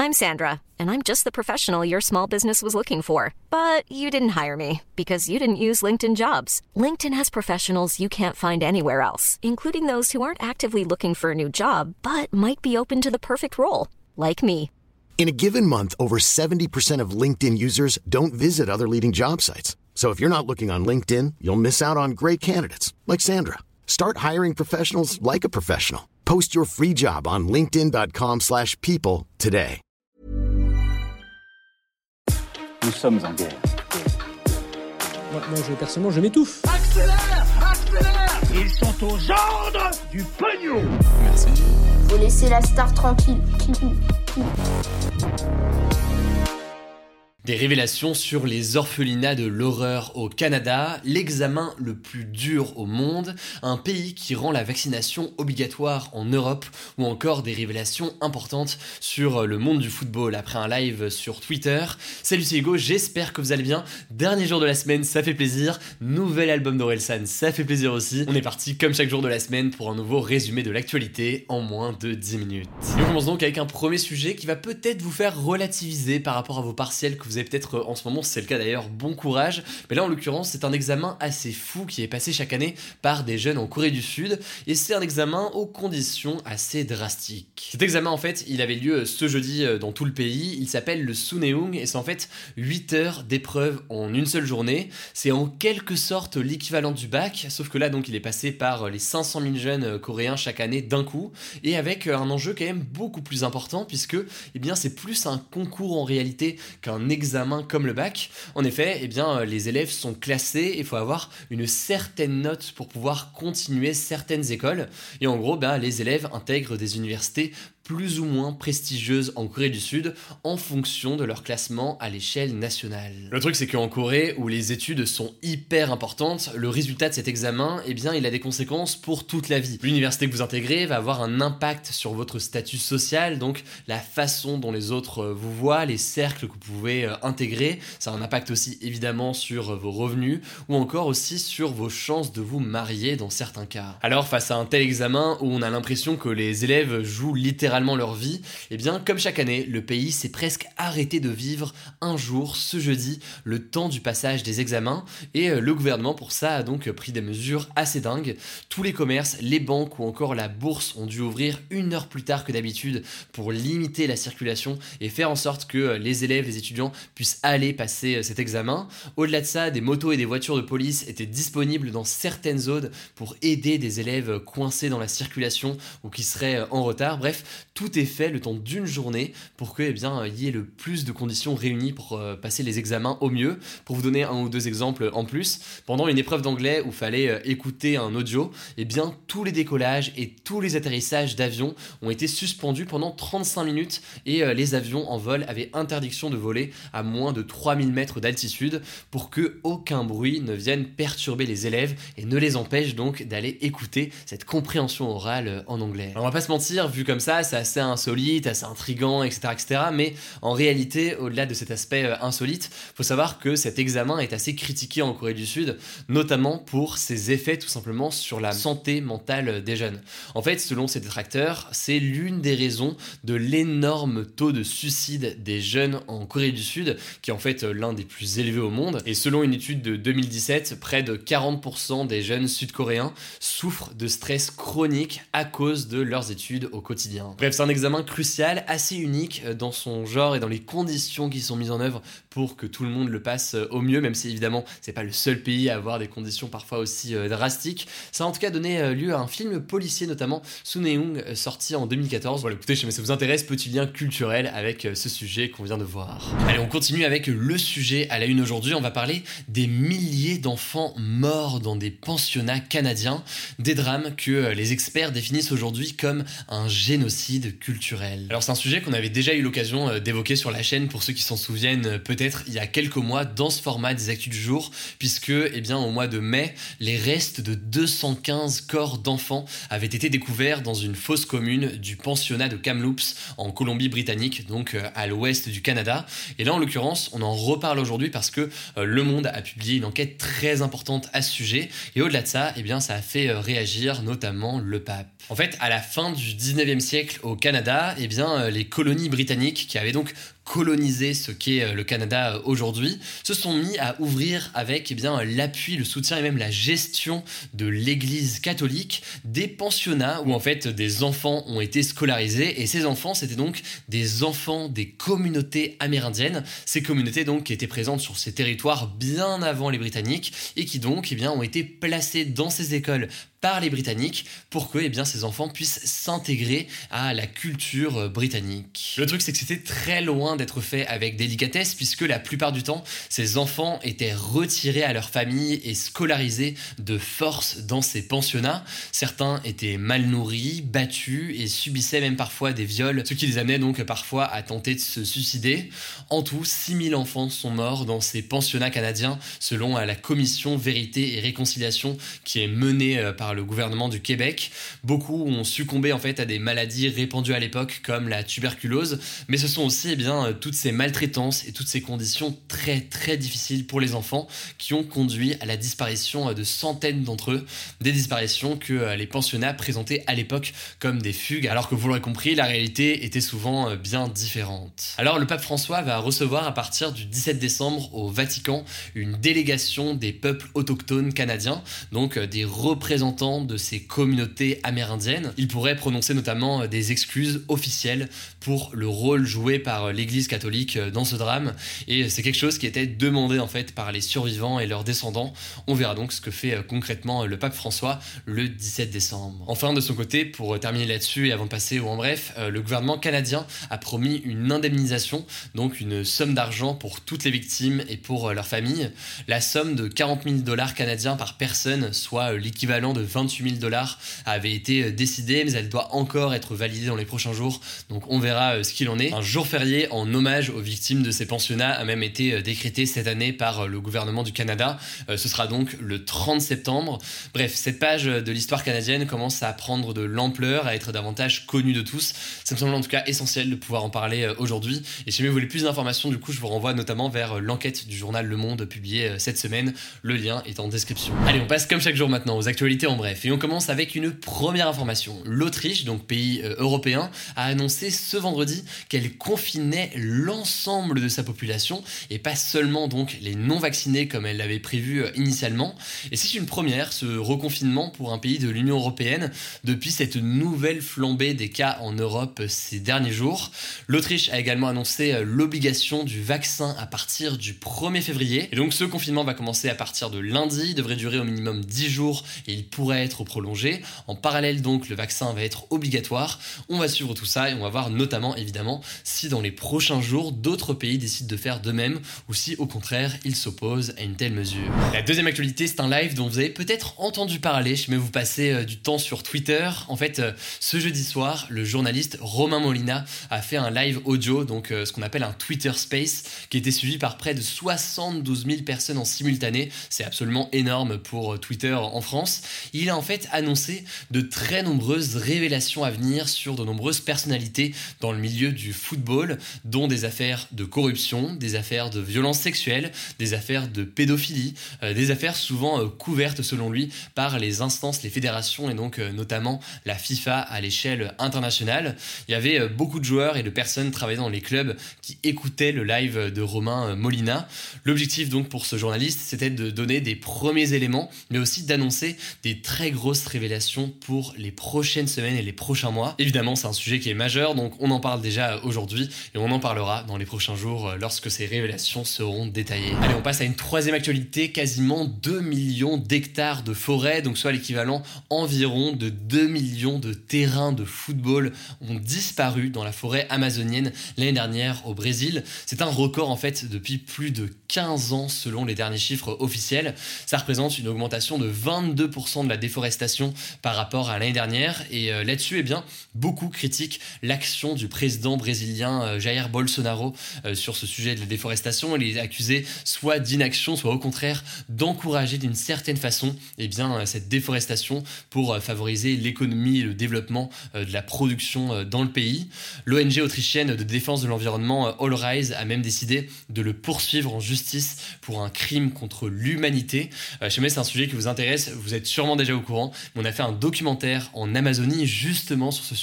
I'm Sandra, and I'm just the professional your small business was looking for. But you didn't hire me because you didn't use LinkedIn Jobs. LinkedIn has professionals you can't find anywhere else, including those who aren't actively looking for a new job, but might be open to the perfect role, like me. In a given month, over 70% of LinkedIn users don't visit other leading job sites. So if you're not looking on LinkedIn, you'll miss out on great candidates like Sandra. Start hiring professionals like a professional. Post your free job on linkedin.com/people today. Nous sommes en guerre. Moi, personnellement, je m'étouffe. Accélère! Accélère! Ils sont aux ordres du pognon! Merci. Faut laisser la star tranquille. Des révélations sur les orphelinats de l'horreur au Canada, l'examen le plus dur au monde, un pays qui rend la vaccination obligatoire en Europe, ou encore des révélations importantes sur le monde du football après un live sur Twitter. Salut, c'est Hugo, j'espère que vous allez bien. Dernier jour de la semaine, ça fait plaisir. Nouvel album d'Orelsan, ça fait plaisir aussi. On est parti comme chaque jour de la semaine pour un nouveau résumé de l'actualité en moins de 10 minutes. Et on commence donc avec un premier sujet qui va peut-être vous faire relativiser par rapport à vos partiels que vous avez peut-être en ce moment, c'est le cas d'ailleurs, bon courage. Mais là en l'occurrence c'est un examen assez fou qui est passé chaque année par des jeunes en Corée du Sud et c'est un examen aux conditions assez drastiques. Cet examen en fait il avait lieu ce jeudi dans tout le pays, il s'appelle le Suneung et c'est en fait 8 heures d'épreuve en une seule journée. C'est en quelque sorte l'équivalent du bac, sauf que là donc il est passé par les 500 000 jeunes coréens chaque année d'un coup et avec un enjeu quand même beaucoup plus important puisque eh bien c'est plus un concours en réalité qu'un examen comme le bac. En effet, eh bien, les élèves sont classés et il faut avoir une certaine note pour pouvoir continuer certaines écoles. Et en gros, les élèves intègrent des universités plus ou moins prestigieuses en Corée du Sud en fonction de leur classement à l'échelle nationale. Le truc c'est qu'en Corée, où les études sont hyper importantes, le résultat de cet examen, eh bien, il a des conséquences pour toute la vie. L'université que vous intégrez va avoir un impact sur votre statut social, donc la façon dont les autres vous voient, les cercles que vous pouvez intégrer, ça a un impact aussi évidemment sur vos revenus, ou encore aussi sur vos chances de vous marier dans certains cas. Alors face à un tel examen où on a l'impression que les élèves jouent littéralement leur vie, et bien comme chaque année, le pays s'est presque arrêté de vivre un jour, ce jeudi, le temps du passage des examens, et le gouvernement pour ça a donc pris des mesures assez dingues. Tous les commerces, les banques ou encore la bourse ont dû ouvrir 1 heure plus tard que d'habitude pour limiter la circulation et faire en sorte que les élèves, les étudiants puissent aller passer cet examen. Au-delà de ça, des motos et des voitures de police étaient disponibles dans certaines zones pour aider des élèves coincés dans la circulation ou qui seraient en retard. Bref, tout est fait le temps d'une journée pour que, il y ait le plus de conditions réunies pour passer les examens au mieux. Pour vous donner un ou deux exemples en plus, pendant une épreuve d'anglais où il fallait écouter un audio, tous les décollages et tous les atterrissages d'avions ont été suspendus pendant 35 minutes et les avions en vol avaient interdiction de voler à moins de 3000 mètres d'altitude pour que aucun bruit ne vienne perturber les élèves et ne les empêche donc d'aller écouter cette compréhension orale en anglais. Alors on va pas se mentir, vu comme ça, c'est assez insolite, assez intriguant, etc. Mais en réalité, au-delà de cet aspect insolite, faut savoir que cet examen est assez critiqué en Corée du Sud, notamment pour ses effets tout simplement sur la santé mentale des jeunes. En fait, selon ses détracteurs, c'est l'une des raisons de l'énorme taux de suicide des jeunes en Corée du Sud, qui est en fait l'un des plus élevés au monde. Et selon une étude de 2017, près de 40% des jeunes sud-coréens souffrent de stress chronique à cause de leurs études au quotidien. Bref, c'est un examen crucial, assez unique dans son genre et dans les conditions qui sont mises en œuvre pour que tout le monde le passe au mieux, même si évidemment c'est pas le seul pays à avoir des conditions parfois aussi drastiques. Ça a en tout cas donné lieu à un film policier, notamment Suneung, sorti en 2014. Voilà, écoutez, si ça vous intéresse, petit lien culturel avec ce sujet qu'on vient de voir. Allez, on continue avec le sujet à la une aujourd'hui. On va parler des milliers d'enfants morts dans des pensionnats canadiens, des drames que les experts définissent aujourd'hui comme un génocide culturel. Alors c'est un sujet qu'on avait déjà eu l'occasion d'évoquer sur la chaîne, pour ceux qui s'en souviennent peut-être il y a quelques mois dans ce format des Actus du jour, puisque au mois de mai, les restes de 215 corps d'enfants avaient été découverts dans une fosse commune du pensionnat de Kamloops en Colombie-Britannique, donc à l'ouest du Canada. Et là en l'occurrence, on en reparle aujourd'hui parce que Le Monde a publié une enquête très importante à ce sujet, et au-delà de ça, ça a fait réagir notamment le pape. En fait, à la fin du 19e siècle au Canada, eh bien, les colonies britanniques qui avaient donc colonisé ce qu'est le Canada aujourd'hui, se sont mis à ouvrir avec l'appui, le soutien et même la gestion de l'église catholique des pensionnats où en fait des enfants ont été scolarisés, et ces enfants c'était donc des enfants des communautés amérindiennes, ces communautés donc qui étaient présentes sur ces territoires bien avant les Britanniques et qui donc ont été placés dans ces écoles par les Britanniques pour que ces enfants puissent s'intégrer à la culture britannique. Le truc c'est que c'était très loin d'être fait avec délicatesse, puisque la plupart du temps ces enfants étaient retirés à leur famille et scolarisés de force dans ces pensionnats. Certains étaient mal nourris, battus et subissaient même parfois des viols, ce qui les amenait donc parfois à tenter de se suicider. En tout, 6000 enfants sont morts dans ces pensionnats canadiens selon la commission Vérité et Réconciliation qui est menée par le gouvernement du Québec. Beaucoup ont succombé en fait à des maladies répandues à l'époque comme la tuberculose, mais ce sont aussi toutes ces maltraitances et toutes ces conditions très très difficiles pour les enfants qui ont conduit à la disparition de centaines d'entre eux, des disparitions que les pensionnats présentaient à l'époque comme des fugues, alors que vous l'aurez compris, la réalité était souvent bien différente. Alors le pape François va recevoir à partir du 17 décembre au Vatican une délégation des peuples autochtones canadiens, donc des représentants de ces communautés amérindiennes. Il pourrait prononcer notamment des excuses officielles pour le rôle joué par l'église catholique dans ce drame, et c'est quelque chose qui était demandé en fait par les survivants et leurs descendants. On verra donc ce que fait concrètement le pape François le 17 décembre. Enfin, de son côté, pour terminer là-dessus et avant de passer au en bref, le gouvernement canadien a promis une indemnisation, donc une somme d'argent pour toutes les victimes et pour leurs familles. La somme de 40 000 $ canadiens par personne, soit l'équivalent de 28 000 $, avait été décidée, mais elle doit encore être validée dans les prochains jours, donc on verra ce qu'il en est. Un jour férié en hommage aux victimes de ces pensionnats a même été décrété cette année par le gouvernement du Canada. Ce sera donc le 30 septembre. Bref, cette page de l'histoire canadienne commence à prendre de l'ampleur, à être davantage connue de tous. Ça me semble en tout cas essentiel de pouvoir en parler aujourd'hui. Et si vous voulez plus d'informations, du coup, je vous renvoie notamment vers l'enquête du journal Le Monde publiée cette semaine. Le lien est en description. Allez, on passe comme chaque jour maintenant aux actualités en bref. Et on commence avec une première information. L'Autriche, donc pays européen, a annoncé ce vendredi qu'elle confinait l'ensemble de sa population et pas seulement donc les non-vaccinés comme elle l'avait prévu initialement. Et c'est une première, ce reconfinement pour un pays de l'Union européenne depuis cette nouvelle flambée des cas en Europe ces derniers jours. L'Autriche a également annoncé l'obligation du vaccin à partir du 1er février. Et donc ce confinement va commencer à partir de lundi, il devrait durer au minimum 10 jours et il pourrait être prolongé. En parallèle donc le vaccin va être obligatoire. On va suivre tout ça et on va voir notamment évidemment si dans les prochains jours d'autres pays décident de faire de même ou si au contraire ils s'opposent à une telle mesure. La deuxième actualité, c'est un live dont vous avez peut-être entendu parler, mais vous passez du temps sur Twitter. En fait, ce jeudi soir, le journaliste Romain Molina a fait un live audio, donc ce qu'on appelle un Twitter Space, qui a été suivi par près de 72 000 personnes en simultané. C'est absolument énorme pour Twitter en France. Il a en fait annoncé de très nombreuses révélations à venir sur de nombreuses personnalités dans le milieu du football, dont des affaires de corruption, des affaires de violence sexuelle, des affaires de pédophilie, des affaires souvent couvertes selon lui par les instances, les fédérations et donc notamment la FIFA à l'échelle internationale. Il y avait beaucoup de joueurs et de personnes travaillant dans les clubs qui écoutaient le live de Romain Molina. L'objectif donc pour ce journaliste, c'était de donner des premiers éléments, mais aussi d'annoncer des très grosses révélations pour les prochaines semaines et les prochains mois. Évidemment, c'est un sujet qui est majeur, donc on en parle déjà aujourd'hui et on en parlera dans les prochains jours lorsque ces révélations seront détaillées. Allez, on passe à une troisième actualité. Quasiment 2 millions d'hectares de forêt, donc soit l'équivalent environ de 2 millions de terrains de football ont disparu dans la forêt amazonienne l'année dernière au Brésil. C'est un record en fait depuis plus de 15 ans selon les derniers chiffres officiels. Ça représente une augmentation de 22% de la déforestation par rapport à l'année dernière et là-dessus, eh bien, beaucoup critiquent l'action du président brésilien Jair Bolsonaro sur ce sujet de la déforestation. Il est accusé soit d'inaction, soit au contraire d'encourager d'une certaine façon eh bien, cette déforestation pour favoriser l'économie et le développement de la production dans le pays. L'ONG autrichienne de défense de l'environnement All Rise a même décidé de le poursuivre en justice pour un crime contre l'humanité. Jamais c'est un sujet qui vous intéresse, vous êtes sûrement déjà au courant, mais on a fait un documentaire en Amazonie justement sur ce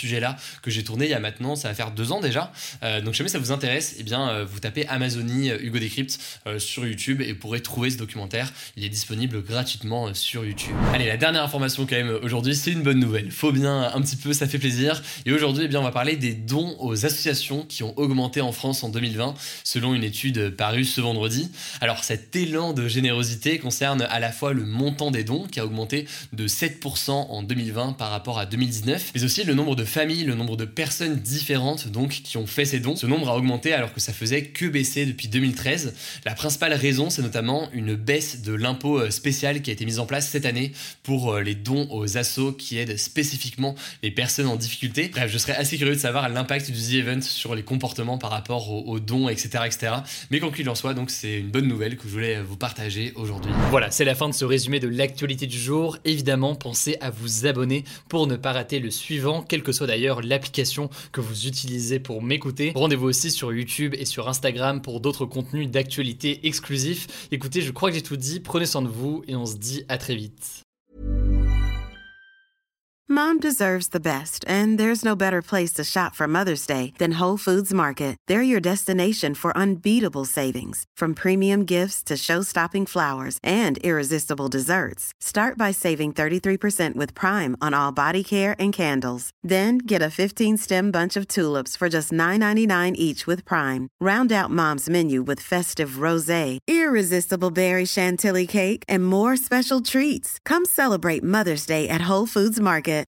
sujet-là que j'ai tourné il y a maintenant, ça va faire 2 ans déjà. Donc jamais ça vous intéresse, eh bien vous tapez Amazonie Hugo Décrypte sur YouTube et vous pourrez trouver ce documentaire. Il est disponible gratuitement sur YouTube. Allez, la dernière information quand même aujourd'hui, c'est une bonne nouvelle. Faut bien un petit peu, ça fait plaisir. Et aujourd'hui, eh bien on va parler des dons aux associations qui ont augmenté en France en 2020 selon une étude parue ce vendredi. Alors cet élan de générosité concerne à la fois le montant des dons qui a augmenté de 7% en 2020 par rapport à 2019, mais aussi le nombre de familles, le nombre de personnes différentes donc qui ont fait ces dons. Ce nombre a augmenté alors que ça faisait que baisser depuis 2013. La principale raison, c'est notamment une baisse de l'impôt spécial qui a été mise en place cette année pour les dons aux assos qui aident spécifiquement les personnes en difficulté. Bref, je serais assez curieux de savoir l'impact du The Event sur les comportements par rapport aux dons, etc., etc. Mais quoi qu'il en soit, donc c'est une bonne nouvelle que je voulais vous partager aujourd'hui. Voilà, c'est la fin de ce résumé de l'actualité du jour. Évidemment, pensez à vous abonner pour ne pas rater le suivant, quelle que soit d'ailleurs l'application que vous utilisez pour m'écouter. Rendez-vous aussi sur YouTube et sur Instagram pour d'autres contenus d'actualité exclusifs. Écoutez, je crois que j'ai tout dit, prenez soin de vous et on se dit à très vite. Mom deserves the best, and there's no better place to shop for Mother's Day than Whole Foods Market. They're your destination for unbeatable savings, from premium gifts to show-stopping flowers and irresistible desserts. Start by saving 33% with Prime on all body care and candles. Then get a 15-stem bunch of tulips for just $9.99 each with Prime. Round out Mom's menu with festive rosé, irresistible berry chantilly cake, and more special treats. Come celebrate Mother's Day at Whole Foods Market.